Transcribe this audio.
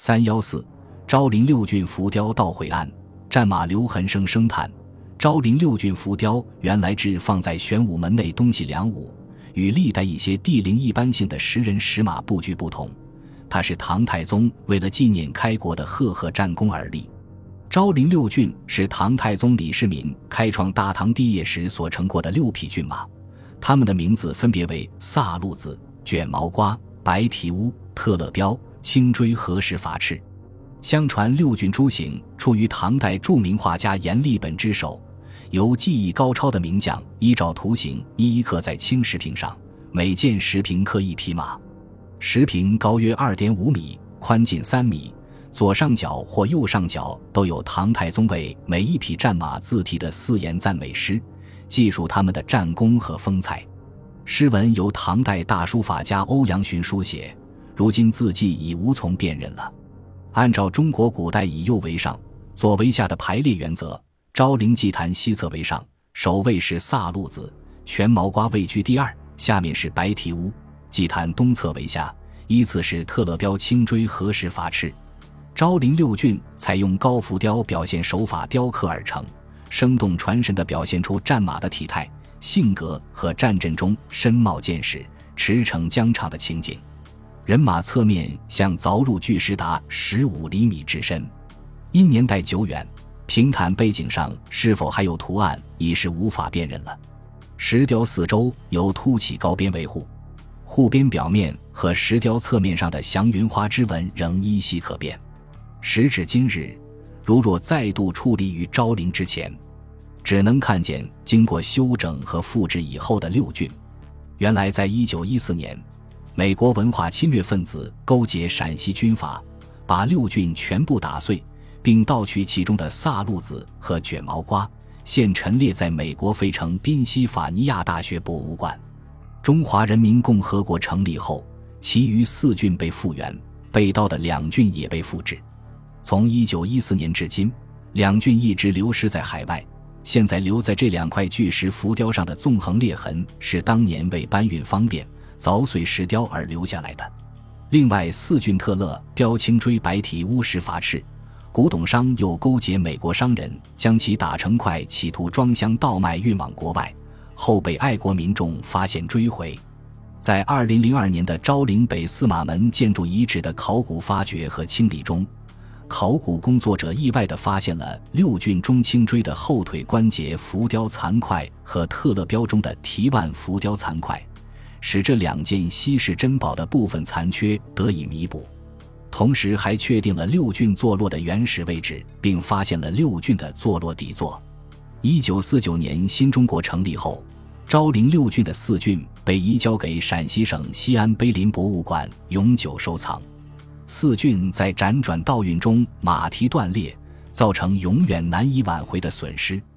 314昭陵六郡浮雕盗毁案，战马刘恒生生叹，昭陵六郡浮雕原来置放在玄武门内东西两武，与历代一些帝陵一般性的石人石马布局不同，它是唐太宗为了纪念开国的赫赫战功而立。昭陵六郡是唐太宗李世民开创大唐帝业时所乘过的6匹骏马，它们的名字分别为萨路子、卷毛瓜、白蹄乌、特勒彪、青锥和石伐赤。相传六郡诸行出于唐代著名画家阎立本之手，由技艺高超的名匠依照图形一一刻在青石屏上，每件石屏刻一匹马。石屏高约 2.5 米，宽近3米，左上角或右上角都有唐太宗为每一匹战马自题的4言赞美诗，记述他们的战功和风采。诗文由唐代大书法家欧阳询书写，如今字迹已无从辨认了。按照中国古代以右为上、左为下的排列原则，昭陵祭坛西侧为上，首位是萨路子，全毛瓜位居第2，下面是白蹄乌；祭坛东侧为下，依次是特勒彪、青锥和石伐赤。昭陵六郡采用高浮雕表现手法雕刻而成，生动传神地表现出战马的体态、性格和战阵中身冒箭矢、驰骋疆场的情景。人马侧面像凿入巨石达15厘米之深，因年代久远，平坦背景上是否还有图案已是无法辨认了。石雕四周由凸起高边维护，护边表面和石雕侧面上的祥云花之纹仍依稀可辨。时至今日，如若再度矗立于昭陵之前，只能看见经过修整和复制以后的六郡。原来在1914年，美国文化侵略分子勾结陕西军阀，把六郡全部打碎，并盗取其中的萨路子和卷毛瓜，现陈列在美国费城宾夕法尼亚大学博物馆。中华人民共和国成立后，其余4郡被复原，被盗的2郡也被复制。从1914年至今，2郡一直流失在海外，现在留在这2块巨石浮雕上的纵横裂痕是当年为搬运方便凿碎石雕而留下来的。另外4郡特勒彪、青锥、白蹄乌、石伐赤，古董商又勾结美国商人，将其打成块，企图装箱倒卖运往国外，后被爱国民众发现追回。在2002年的昭陵北司马门建筑遗址的考古发掘和清理中，考古工作者意外地发现了六郡中青锥的后腿关节浮雕残块和特勒彪中的蹄腕浮雕残块，使这2件稀世珍宝的部分残缺得以弥补。同时还确定了六郡坐落的原始位置，并发现了六郡的坐落底座。1949年新中国成立后，昭陵六郡的4郡被移交给陕西省西安碑林博物馆永久收藏。4郡在辗转盗运中马蹄断裂，造成永远难以挽回的损失。